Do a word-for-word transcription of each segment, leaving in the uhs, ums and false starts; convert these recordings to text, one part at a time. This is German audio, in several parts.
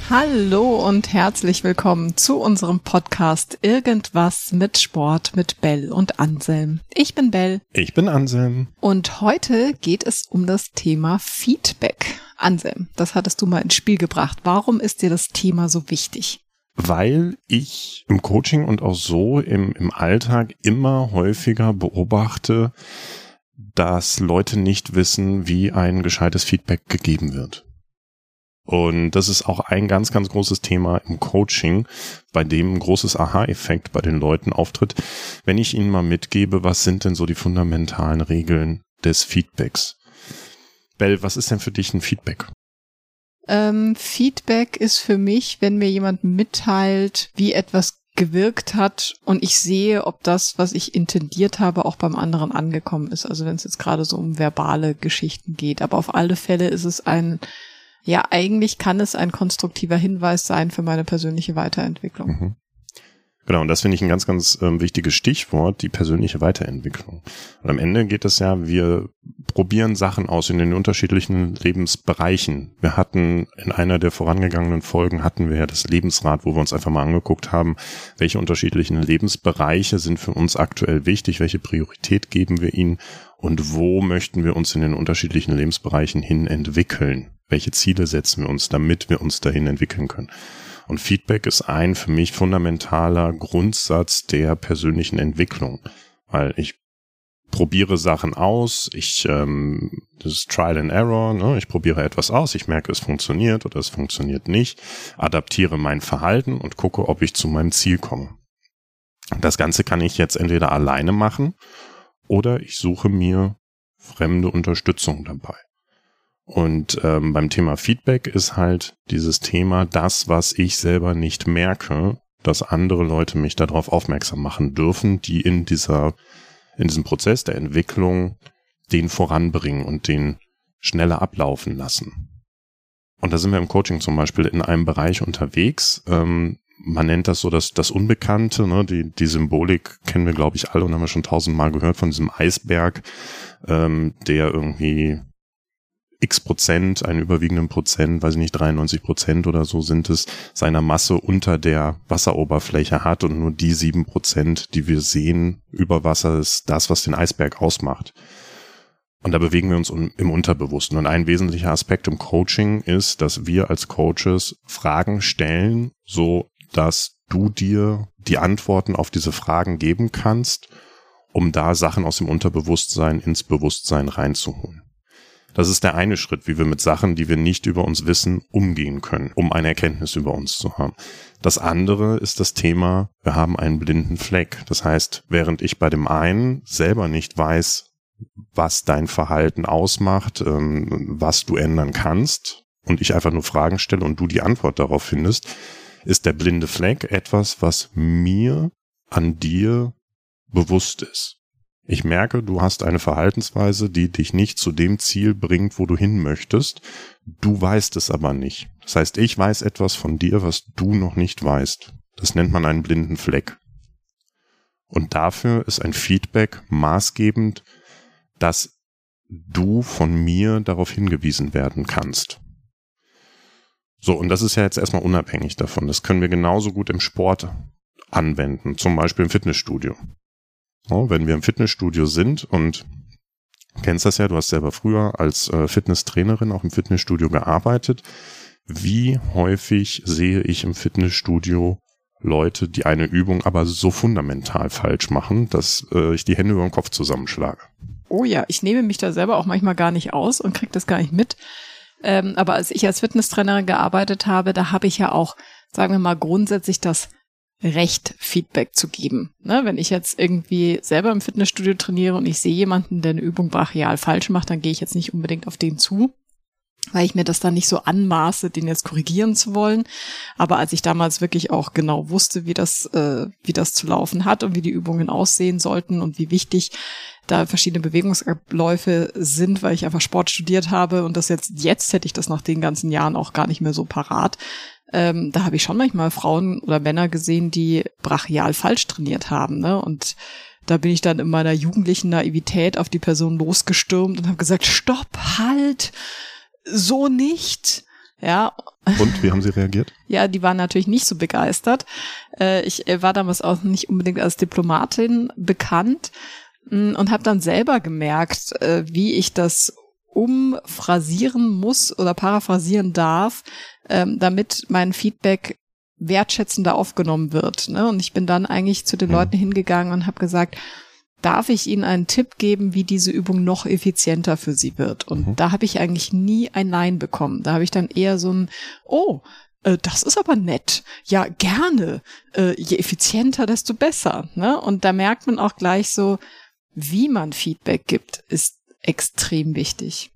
Hallo und herzlich willkommen zu unserem Podcast Irgendwas mit Sport mit Bell und Anselm. Ich bin Bell. Ich bin Anselm. Und heute geht es um das Thema Feedback. Anselm, das hattest du mal ins Spiel gebracht. Warum ist dir das Thema so wichtig? Weil ich im Coaching und auch so im, im Alltag immer häufiger beobachte, dass Leute nicht wissen, wie ein gescheites Feedback gegeben wird. Und das ist auch ein ganz, ganz großes Thema im Coaching, bei dem ein großes Aha-Effekt bei den Leuten auftritt, wenn ich ihnen mal mitgebe, was sind denn so die fundamentalen Regeln des Feedbacks. Bell, was ist denn für dich ein Feedback? Ähm, Feedback ist für mich, wenn mir jemand mitteilt, wie etwas gewirkt hat und ich sehe, ob das, was ich intendiert habe, auch beim anderen angekommen ist. Also wenn es jetzt gerade so um verbale Geschichten geht. Aber auf alle Fälle ist es ein Ja, eigentlich kann es ein konstruktiver Hinweis sein für meine persönliche Weiterentwicklung. Mhm. Genau, und das finde ich ein ganz, ganz ähm, wichtiges Stichwort, die persönliche Weiterentwicklung. Und am Ende geht es ja, wir probieren Sachen aus in den unterschiedlichen Lebensbereichen. Wir hatten in einer der vorangegangenen Folgen hatten wir ja das Lebensrad, wo wir uns einfach mal angeguckt haben, welche unterschiedlichen Lebensbereiche sind für uns aktuell wichtig, welche Priorität geben wir ihnen und wo möchten wir uns in den unterschiedlichen Lebensbereichen hin entwickeln. Welche Ziele setzen wir uns, damit wir uns dahin entwickeln können? Und Feedback ist ein für mich fundamentaler Grundsatz der persönlichen Entwicklung, weil ich probiere Sachen aus, ich ähm, das ist Trial and Error, ne? Ich probiere etwas aus, ich merke, es funktioniert oder es funktioniert nicht, adaptiere mein Verhalten und gucke, ob ich zu meinem Ziel komme. Das Ganze kann ich jetzt entweder alleine machen oder ich suche mir fremde Unterstützung dabei. Und ähm, beim Thema Feedback ist halt dieses Thema das, was ich selber nicht merke, dass andere Leute mich darauf aufmerksam machen dürfen, die in dieser in diesem Prozess der Entwicklung den voranbringen und den schneller ablaufen lassen. Und da sind wir im Coaching zum Beispiel in einem Bereich unterwegs. Ähm, man nennt das so das, das Unbekannte, ne? Die, die Symbolik kennen wir, glaube ich, alle und haben wir schon tausendmal gehört von diesem Eisberg, ähm, der irgendwie x Prozent, einen überwiegenden Prozent, weiß ich nicht, dreiundneunzig Prozent oder so sind es, seiner Masse unter der Wasseroberfläche hat und nur die sieben Prozent, die wir sehen über Wasser, ist das, was den Eisberg ausmacht. Und da bewegen wir uns im Unterbewussten. Und ein wesentlicher Aspekt im Coaching ist, dass wir als Coaches Fragen stellen, so dass du dir die Antworten auf diese Fragen geben kannst, um da Sachen aus dem Unterbewusstsein ins Bewusstsein reinzuholen. Das ist der eine Schritt, wie wir mit Sachen, die wir nicht über uns wissen, umgehen können, um eine Erkenntnis über uns zu haben. Das andere ist das Thema, wir haben einen blinden Fleck. Das heißt, während ich bei dem einen selber nicht weiß, was dein Verhalten ausmacht, was du ändern kannst, und ich einfach nur Fragen stelle und du die Antwort darauf findest, ist der blinde Fleck etwas, was mir an dir bewusst ist. Ich merke, du hast eine Verhaltensweise, die dich nicht zu dem Ziel bringt, wo du hin möchtest. Du weißt es aber nicht. Das heißt, ich weiß etwas von dir, was du noch nicht weißt. Das nennt man einen blinden Fleck. Und dafür ist ein Feedback maßgebend, dass du von mir darauf hingewiesen werden kannst. So, und das ist ja jetzt erstmal unabhängig davon. Das können wir genauso gut im Sport anwenden, zum Beispiel im Fitnessstudio. Oh, wenn wir im Fitnessstudio sind und du kennst das ja, du hast selber früher als äh, Fitnesstrainerin auch im Fitnessstudio gearbeitet. Wie häufig sehe ich im Fitnessstudio Leute, die eine Übung aber so fundamental falsch machen, dass äh, ich die Hände über den Kopf zusammenschlage? Oh ja, ich nehme mich da selber auch manchmal gar nicht aus und kriege das gar nicht mit. Ähm, aber als ich als Fitnesstrainerin gearbeitet habe, da habe ich ja auch, sagen wir mal, grundsätzlich das Recht, Feedback zu geben. Ne, wenn ich jetzt irgendwie selber im Fitnessstudio trainiere und ich sehe jemanden, der eine Übung brachial falsch macht, dann gehe ich jetzt nicht unbedingt auf den zu, weil ich mir das dann nicht so anmaße, den jetzt korrigieren zu wollen. Aber als ich damals wirklich auch genau wusste, wie das, äh, wie das zu laufen hat und wie die Übungen aussehen sollten und wie wichtig da verschiedene Bewegungsabläufe sind, weil ich einfach Sport studiert habe und das jetzt, jetzt hätte ich das nach den ganzen Jahren auch gar nicht mehr so parat. Ähm, da habe ich schon manchmal Frauen oder Männer gesehen, die brachial falsch trainiert haben, ne? Und da bin ich dann in meiner jugendlichen Naivität auf die Person losgestürmt und habe gesagt, stopp, halt, so nicht. Ja. Und wie haben sie reagiert? Ja, die waren natürlich nicht so begeistert. Ich war damals auch nicht unbedingt als Diplomatin bekannt und habe dann selber gemerkt, wie ich das umphrasieren muss oder paraphrasieren darf, damit mein Feedback wertschätzender aufgenommen wird. Und ich bin dann eigentlich zu den mhm. Leuten hingegangen und habe gesagt, darf ich Ihnen einen Tipp geben, wie diese Übung noch effizienter für Sie wird? Und mhm. da habe ich eigentlich nie ein Nein bekommen. Da habe ich dann eher so ein, oh, äh, das ist aber nett. Ja, gerne. Äh, je effizienter, desto besser. Ne? Und da merkt man auch gleich so, wie man Feedback gibt, ist extrem wichtig.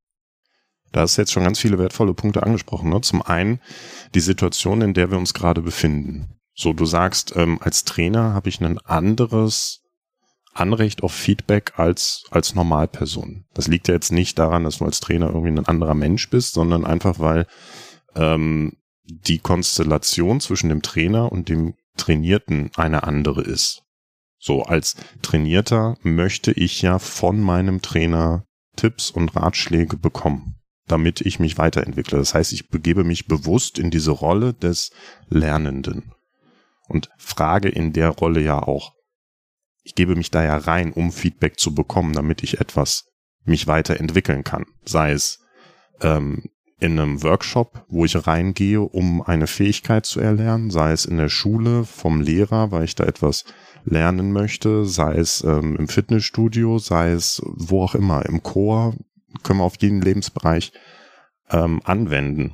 Da hast du jetzt schon ganz viele wertvolle Punkte angesprochen. Ne? Zum einen die Situation, in der wir uns gerade befinden. So, du sagst, ähm, als Trainer habe ich ein anderes Anrecht auf Feedback als als Normalperson. Das liegt ja jetzt nicht daran, dass du als Trainer irgendwie ein anderer Mensch bist, sondern einfach, weil ähm, die Konstellation zwischen dem Trainer und dem Trainierten eine andere ist. So, als Trainierter möchte ich ja von meinem Trainer Tipps und Ratschläge bekommen, damit ich mich weiterentwickle. Das heißt, ich begebe mich bewusst in diese Rolle des Lernenden und frage in der Rolle ja auch. Ich gebe mich da ja rein, um Feedback zu bekommen, damit ich etwas mich weiterentwickeln kann. Sei es ähm, in einem Workshop, wo ich reingehe, um eine Fähigkeit zu erlernen, sei es in der Schule vom Lehrer, weil ich da etwas lernen möchte, sei es ähm, im Fitnessstudio, sei es wo auch immer, im Chor, können wir auf jeden Lebensbereich ähm, anwenden.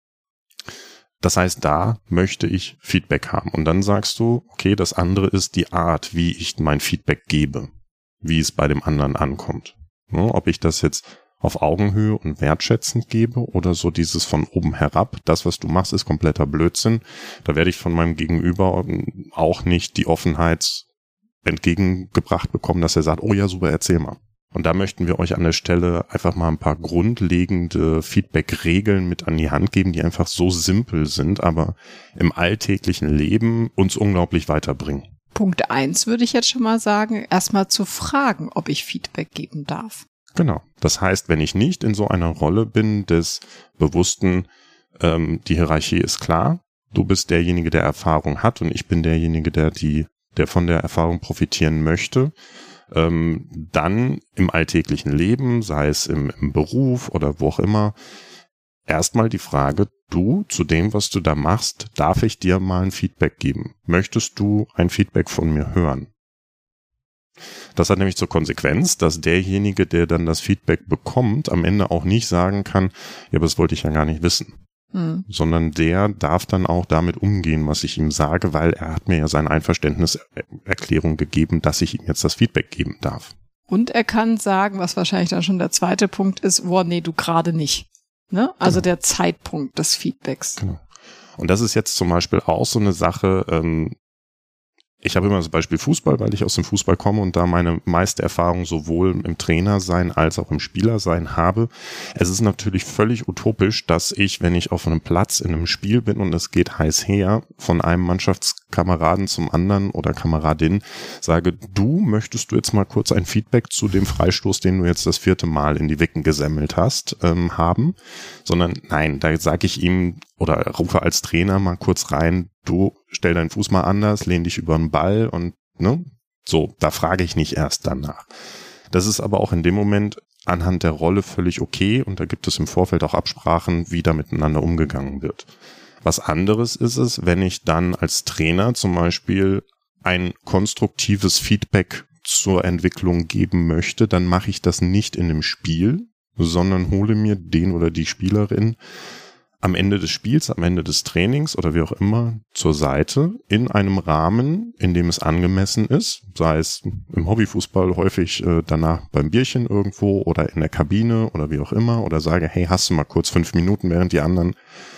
Das heißt, da möchte ich Feedback haben. Und dann sagst du, okay, das andere ist die Art, wie ich mein Feedback gebe, wie es bei dem anderen ankommt. Ja, ob ich das jetzt auf Augenhöhe und wertschätzend gebe oder so dieses von oben herab, das, was du machst, ist kompletter Blödsinn. Da werde ich von meinem Gegenüber auch nicht die Offenheit entgegengebracht bekommen, dass er sagt, oh ja, super, erzähl mal. Und da möchten wir euch an der Stelle einfach mal ein paar grundlegende Feedback-Regeln mit an die Hand geben, die einfach so simpel sind, aber im alltäglichen Leben uns unglaublich weiterbringen. Punkt eins würde ich jetzt schon mal sagen, erstmal zu fragen, ob ich Feedback geben darf. Genau. Das heißt, wenn ich nicht in so einer Rolle bin des bewussten, ähm, die Hierarchie ist klar, du bist derjenige, der Erfahrung hat und ich bin derjenige, der die, der von der Erfahrung profitieren möchte, ähm, dann im alltäglichen Leben, sei es im, im Beruf oder wo auch immer, erstmal die Frage, du, zu dem, was du da machst, darf ich dir mal ein Feedback geben? Möchtest du ein Feedback von mir hören? Das hat nämlich zur Konsequenz, dass derjenige, der dann das Feedback bekommt, am Ende auch nicht sagen kann, ja, aber das wollte ich ja gar nicht wissen. Hm. Sondern der darf dann auch damit umgehen, was ich ihm sage, weil er hat mir ja seine Einverständniserklärung gegeben, dass ich ihm jetzt das Feedback geben darf. Und er kann sagen, was wahrscheinlich dann schon der zweite Punkt ist, boah, nee, du gerade nicht. Ne? Also genau. Der Zeitpunkt des Feedbacks. Genau. Und das ist jetzt zum Beispiel auch so eine Sache, ähm, ich habe immer das Beispiel Fußball, weil ich aus dem Fußball komme und da meine meiste Erfahrung sowohl im Trainersein als auch im Spielersein habe. Es ist natürlich völlig utopisch, dass ich, wenn ich auf einem Platz in einem Spiel bin und es geht heiß her, von einem Mannschaftskameraden zum anderen oder Kameradin sage, du, möchtest du jetzt mal kurz ein Feedback zu dem Freistoß, den du jetzt das vierte Mal in die Wicken gesemmelt hast, ähm, haben, sondern nein, da sage ich ihm oder rufe als Trainer mal kurz rein, du stell deinen Fuß mal anders, lehn dich über den Ball und ne, so, da frage ich nicht erst danach. Das ist aber auch in dem Moment anhand der Rolle völlig okay und da gibt es im Vorfeld auch Absprachen, wie da miteinander umgegangen wird. Was anderes ist es, wenn ich dann als Trainer zum Beispiel ein konstruktives Feedback zur Entwicklung geben möchte, dann mache ich das nicht in dem Spiel, sondern hole mir den oder die Spielerin am Ende des Spiels, am Ende des Trainings oder wie auch immer zur Seite in einem Rahmen, in dem es angemessen ist, sei es im Hobbyfußball häufig äh, danach beim Bierchen irgendwo oder in der Kabine oder wie auch immer oder sage, hey, hast du mal kurz fünf Minuten, während die anderen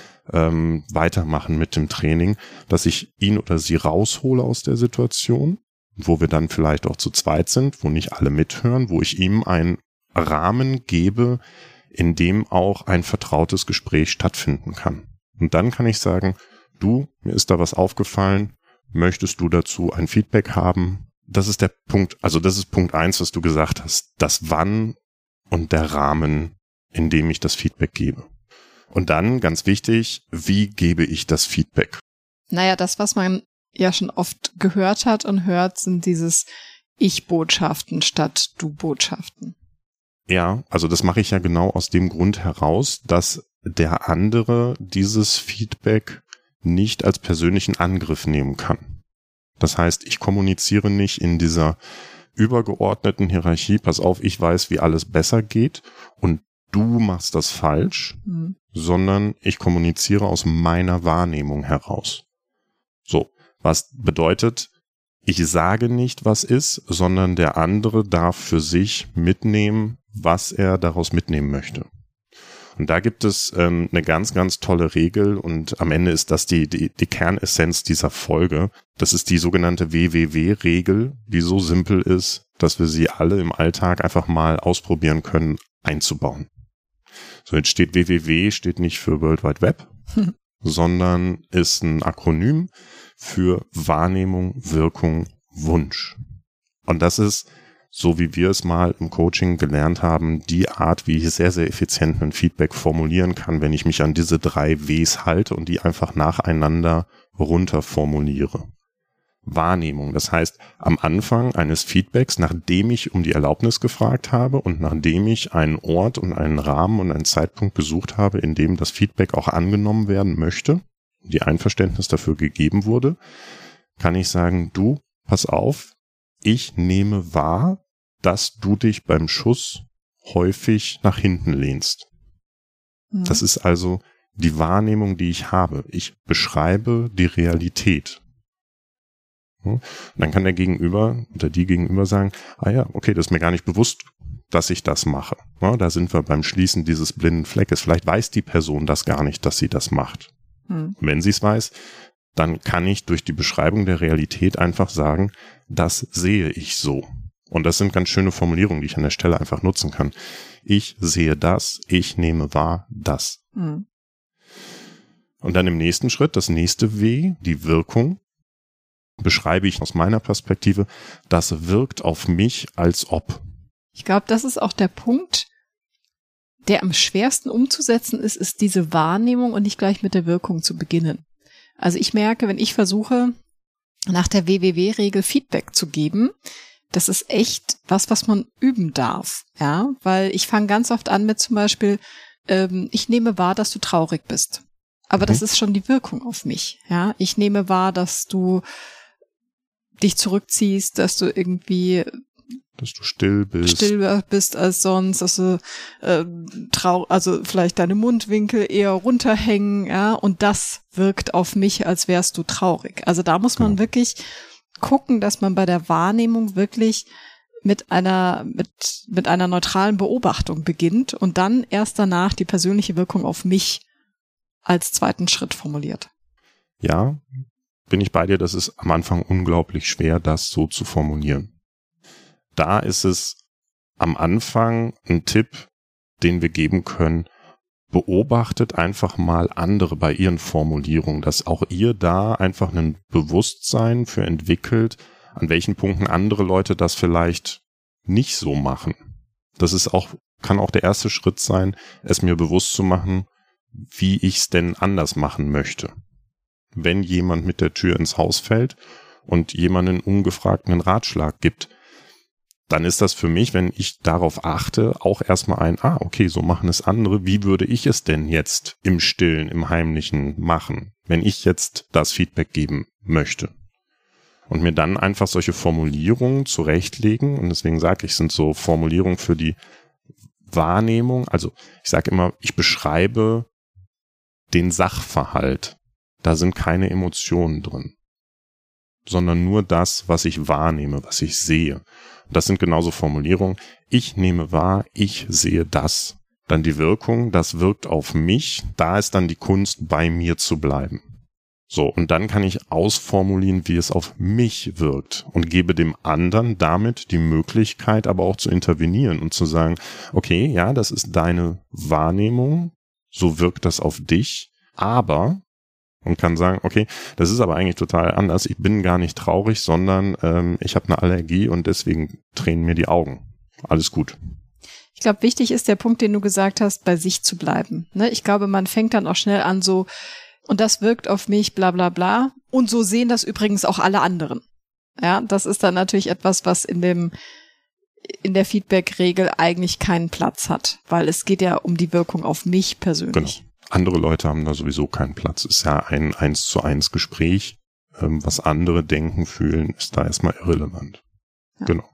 ähm, weitermachen mit dem Training, dass ich ihn oder sie raushole aus der Situation, wo wir dann vielleicht auch zu zweit sind, wo nicht alle mithören, wo ich ihm einen Rahmen gebe, in dem auch ein vertrautes Gespräch stattfinden kann. Und dann kann ich sagen, du, mir ist da was aufgefallen, möchtest du dazu ein Feedback haben? Das ist der Punkt, also das ist Punkt eins, was du gesagt hast, das Wann und der Rahmen, in dem ich das Feedback gebe. Und dann, ganz wichtig, wie gebe ich das Feedback? Naja, das, was man ja schon oft gehört hat und hört, sind dieses Ich-Botschaften statt Du-Botschaften. Ja, also das mache ich ja genau aus dem Grund heraus, dass der andere dieses Feedback nicht als persönlichen Angriff nehmen kann. Das heißt, ich kommuniziere nicht in dieser übergeordneten Hierarchie, pass auf, ich weiß, wie alles besser geht und du machst das falsch, mhm. sondern ich kommuniziere aus meiner Wahrnehmung heraus. So, was bedeutet, ich sage nicht, was ist, sondern der andere darf für sich mitnehmen, was er daraus mitnehmen möchte. Und da gibt es ähm, eine ganz, ganz tolle Regel und am Ende ist das die, die, die Kernessenz dieser Folge. Das ist die sogenannte W W W-Regel, die so simpel ist, dass wir sie alle im Alltag einfach mal ausprobieren können, einzubauen. So, jetzt steht W W W, steht nicht für World Wide Web, hm. sondern ist ein Akronym für Wahrnehmung, Wirkung, Wunsch. Und das ist, so wie wir es mal im Coaching gelernt haben, die Art, wie ich sehr, sehr effizient ein Feedback formulieren kann, wenn ich mich an diese drei Ws halte und die einfach nacheinander runter formuliere. Wahrnehmung, das heißt, am Anfang eines Feedbacks, nachdem ich um die Erlaubnis gefragt habe und nachdem ich einen Ort und einen Rahmen und einen Zeitpunkt besucht habe, in dem das Feedback auch angenommen werden möchte, die Einverständnis dafür gegeben wurde, kann ich sagen, du, pass auf, ich nehme wahr, dass du dich beim Schuss häufig nach hinten lehnst. Mhm. Das ist also die Wahrnehmung, die ich habe. Ich beschreibe die Realität. Und dann kann der Gegenüber oder die Gegenüber sagen, ah ja, okay, das ist mir gar nicht bewusst, dass ich das mache. Ja, da sind wir beim Schließen dieses blinden Fleckes. Vielleicht weiß die Person das gar nicht, dass sie das macht. Mhm. Wenn sie es weiß, dann kann ich durch die Beschreibung der Realität einfach sagen, das sehe ich so. Und das sind ganz schöne Formulierungen, die ich an der Stelle einfach nutzen kann. Ich sehe das, ich nehme wahr das. Mhm. Und dann im nächsten Schritt, das nächste W, die Wirkung, beschreibe ich aus meiner Perspektive, das wirkt auf mich als ob. Ich glaube, das ist auch der Punkt, der am schwersten umzusetzen ist, ist diese Wahrnehmung und nicht gleich mit der Wirkung zu beginnen. Also ich merke, wenn ich versuche, nach der W W W-Regel Feedback zu geben, das ist echt was, was man üben darf, ja, weil ich fange ganz oft an mit zum Beispiel, ähm, ich nehme wahr, dass du traurig bist, aber mhm. das ist schon die Wirkung auf mich, ja, ich nehme wahr, dass du dich zurückziehst, dass du irgendwie dass du still bist. Still bist als sonst, dass du äh, trau also vielleicht deine Mundwinkel eher runterhängen, ja, und das wirkt auf mich, als wärst du traurig. Also da muss man genau. wirklich gucken, dass man bei der Wahrnehmung wirklich mit einer mit mit einer neutralen Beobachtung beginnt und dann erst danach die persönliche Wirkung auf mich als zweiten Schritt formuliert. Ja, bin ich bei dir, das ist am Anfang unglaublich schwer, das so zu formulieren. Da ist es am Anfang ein Tipp, den wir geben können. Beobachtet einfach mal andere bei ihren Formulierungen, dass auch ihr da einfach ein Bewusstsein für entwickelt, an welchen Punkten andere Leute das vielleicht nicht so machen. Das ist auch, kann auch der erste Schritt sein, es mir bewusst zu machen, wie ich es denn anders machen möchte. Wenn jemand mit der Tür ins Haus fällt und jemanden ungefragten Ratschlag gibt, dann ist das für mich, wenn ich darauf achte, auch erstmal ein, ah, okay, so machen es andere. Wie würde ich es denn jetzt im Stillen, im Heimlichen machen, wenn ich jetzt das Feedback geben möchte? Und mir dann einfach solche Formulierungen zurechtlegen. Und deswegen sage ich, sind so Formulierungen für die Wahrnehmung. Also ich sage immer, ich beschreibe den Sachverhalt. Da sind keine Emotionen drin, sondern nur das, was ich wahrnehme, was ich sehe. Das sind genauso Formulierungen. Ich nehme wahr, ich sehe das. Dann die Wirkung, das wirkt auf mich. Da ist dann die Kunst, bei mir zu bleiben. So, und dann kann ich ausformulieren, wie es auf mich wirkt und gebe dem anderen damit die Möglichkeit, aber auch zu intervenieren und zu sagen, okay, ja, das ist deine Wahrnehmung, so wirkt das auf dich, aber... und kann sagen, okay, das ist aber eigentlich total anders. Ich bin gar nicht traurig, sondern ähm, ich habe eine Allergie und deswegen tränen mir die Augen. Alles gut. Ich glaube, wichtig ist der Punkt, den du gesagt hast, bei sich zu bleiben. Ne? Ich glaube, man fängt dann auch schnell an so, und das wirkt auf mich, bla bla bla. Und so sehen das übrigens auch alle anderen. Ja, das ist dann natürlich etwas, was in dem in der Feedback-Regel eigentlich keinen Platz hat, weil es geht ja um die Wirkung auf mich persönlich. Genau. Andere Leute haben da sowieso keinen Platz. Es ist ja ein eins zu eins Gespräch. Ähm, was andere denken, fühlen, ist da erstmal irrelevant. Ja. Genau.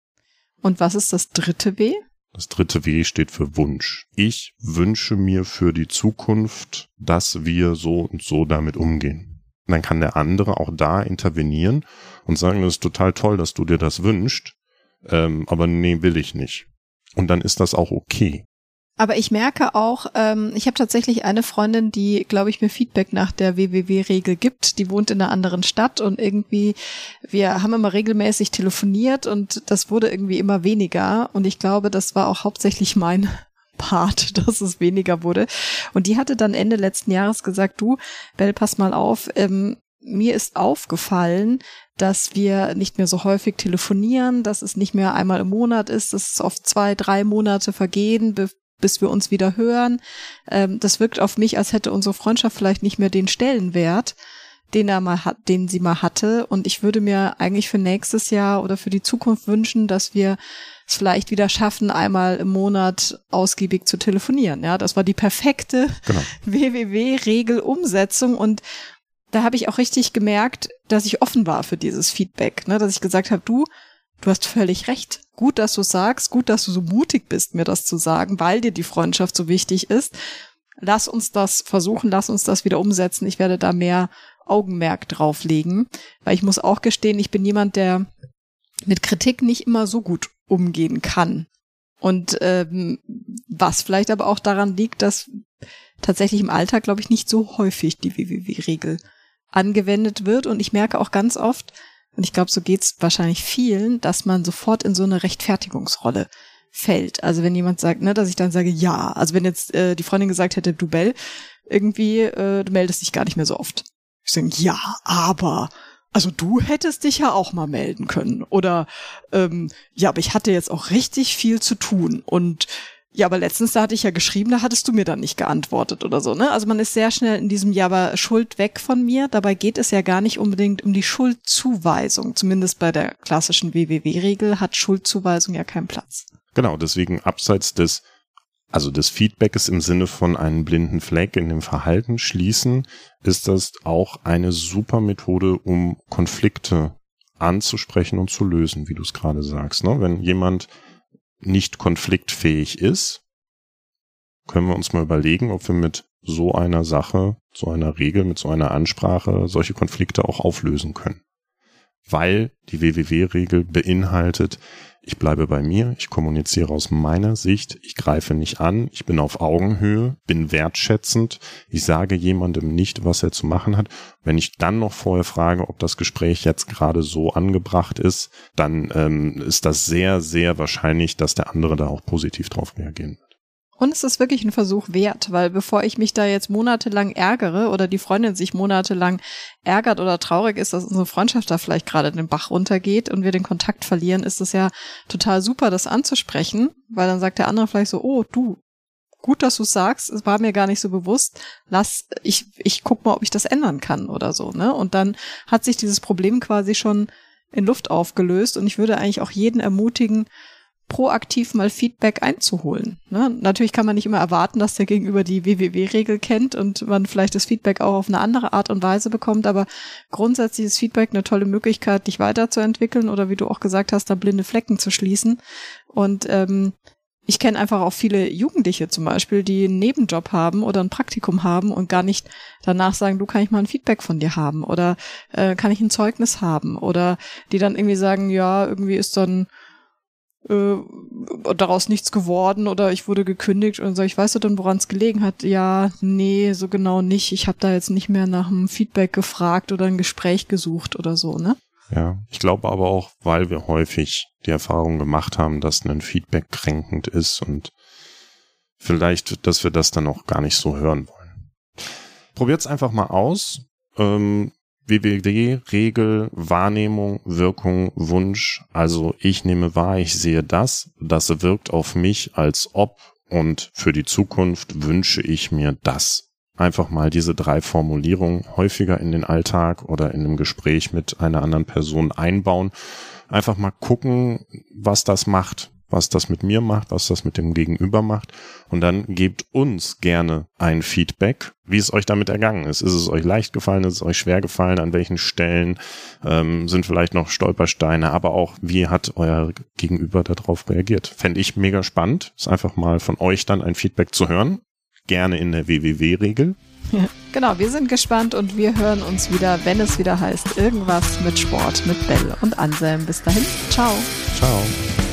Und was ist das dritte W? Das dritte W steht für Wunsch. Ich wünsche mir für die Zukunft, dass wir so und so damit umgehen. Und dann kann der andere auch da intervenieren und sagen, das ist total toll, dass du dir das wünschst, ähm, aber nee, will ich nicht. Und dann ist das auch okay. Aber ich merke auch, ähm, ich habe tatsächlich eine Freundin, die, glaube ich, mir Feedback nach der W W W-Regel gibt. Die wohnt in einer anderen Stadt und irgendwie, wir haben immer regelmäßig telefoniert und das wurde irgendwie immer weniger. Und ich glaube, das war auch hauptsächlich mein Part, dass es weniger wurde. Und die hatte dann Ende letzten Jahres gesagt, du, Bell, pass mal auf, ähm, mir ist aufgefallen, dass wir nicht mehr so häufig telefonieren, dass es nicht mehr einmal im Monat ist, dass es oft zwei, drei Monate vergehen, be- bis wir uns wieder hören. Ähm, das wirkt auf mich, als hätte unsere Freundschaft vielleicht nicht mehr den Stellenwert, den er mal hat, den sie mal hatte. Und ich würde mir eigentlich für nächstes Jahr oder für die Zukunft wünschen, dass wir es vielleicht wieder schaffen, einmal im Monat ausgiebig zu telefonieren. Ja, das war die perfekte genau. W W W-Regel-Umsetzung und da habe ich auch richtig gemerkt, dass ich offen war für dieses Feedback, ne, dass ich gesagt habe, du, du hast völlig recht. Gut, dass du sagst, gut, dass du so mutig bist, mir das zu sagen, weil dir die Freundschaft so wichtig ist. Lass uns das versuchen, lass uns das wieder umsetzen. Ich werde da mehr Augenmerk drauflegen, weil ich muss auch gestehen, ich bin jemand, der mit Kritik nicht immer so gut umgehen kann. Und ähm, was vielleicht aber auch daran liegt, dass tatsächlich im Alltag, glaube ich, nicht so häufig die W W W-Regel angewendet wird. Und ich merke auch ganz oft, und ich glaube, so geht's wahrscheinlich vielen, dass man sofort in so eine Rechtfertigungsrolle fällt. Also wenn jemand sagt, ne, dass ich dann sage, ja. Also wenn jetzt äh, die Freundin gesagt hätte, du Bell, irgendwie, äh, du meldest dich gar nicht mehr so oft. Ich sage, ja, aber, also du hättest dich ja auch mal melden können. Oder, ähm, ja, aber ich hatte jetzt auch richtig viel zu tun. Und ja, aber letztens, da hatte ich ja geschrieben, da hattest du mir dann nicht geantwortet oder so, ne? Also man ist sehr schnell in diesem, ja, aber Schuld weg von mir. Dabei geht es ja gar nicht unbedingt um die Schuldzuweisung. Zumindest bei der klassischen W W W-Regel hat Schuldzuweisung ja keinen Platz. Genau, deswegen abseits des, also des Feedbacks im Sinne von einen blinden Fleck in dem Verhalten schließen, ist das auch eine super Methode, um Konflikte anzusprechen und zu lösen, wie du es gerade sagst, ne? Wenn jemand nicht konfliktfähig ist, können wir uns mal überlegen, ob wir mit so einer Sache, so einer Regel, mit so einer Ansprache solche Konflikte auch auflösen können. Weil die W W W-Regel beinhaltet, ich bleibe bei mir, ich kommuniziere aus meiner Sicht, ich greife nicht an, ich bin auf Augenhöhe, bin wertschätzend, ich sage jemandem nicht, was er zu machen hat. Wenn ich dann noch vorher frage, ob das Gespräch jetzt gerade so angebracht ist, dann ähm, ist das sehr, sehr wahrscheinlich, dass der andere da auch positiv drauf reagieren wird. Und es ist wirklich ein Versuch wert, weil bevor ich mich da jetzt monatelang ärgere oder die Freundin sich monatelang ärgert oder traurig ist, dass unsere Freundschaft da vielleicht gerade den Bach runtergeht und wir den Kontakt verlieren, ist es ja total super, das anzusprechen, weil dann sagt der andere vielleicht so, oh, du, gut, dass du es sagst, es war mir gar nicht so bewusst, lass, ich, ich guck mal, ob ich das ändern kann oder so, ne? Und dann hat sich dieses Problem quasi schon in Luft aufgelöst und ich würde eigentlich auch jeden ermutigen, proaktiv mal Feedback einzuholen. Ne? Natürlich kann man nicht immer erwarten, dass der Gegenüber die W W W-Regel kennt und man vielleicht das Feedback auch auf eine andere Art und Weise bekommt, aber grundsätzlich ist Feedback eine tolle Möglichkeit, dich weiterzuentwickeln oder wie du auch gesagt hast, da blinde Flecken zu schließen. Und ähm, ich kenne einfach auch viele Jugendliche zum Beispiel, die einen Nebenjob haben oder ein Praktikum haben und gar nicht danach sagen, du, kann ich mal ein Feedback von dir haben oder äh, kann ich ein Zeugnis haben oder die dann irgendwie sagen, ja, irgendwie ist dann Äh, daraus nichts geworden oder ich wurde gekündigt und so, ich weiß du dann, woran es gelegen hat? Ja, nee, so genau nicht. Ich habe da jetzt nicht mehr nach einem Feedback gefragt oder ein Gespräch gesucht oder so, ne? Ja, ich glaube aber auch, weil wir häufig die Erfahrung gemacht haben, dass ein Feedback kränkend ist und vielleicht, dass wir das dann auch gar nicht so hören wollen. Probiert's einfach mal aus. Ähm, W W D, Regel, Wahrnehmung, Wirkung, Wunsch. Also ich nehme wahr, ich sehe das, das wirkt auf mich als ob und für die Zukunft wünsche ich mir das. Einfach mal diese drei Formulierungen häufiger in den Alltag oder in einem Gespräch mit einer anderen Person einbauen. Einfach mal gucken, was das macht, was das mit mir macht, was das mit dem Gegenüber macht. Und dann gebt uns gerne ein Feedback, wie es euch damit ergangen ist. Ist es euch leicht gefallen, ist es euch schwer gefallen, an welchen Stellen ähm, sind vielleicht noch Stolpersteine, aber auch, wie hat euer Gegenüber darauf reagiert. Fände ich mega spannend, ist einfach mal von euch dann ein Feedback zu hören. Gerne in der W W W-Regel. Ja, genau, wir sind gespannt und wir hören uns wieder, wenn es wieder heißt, irgendwas mit Sport, mit Bell und Anselm. Bis dahin, ciao. Ciao.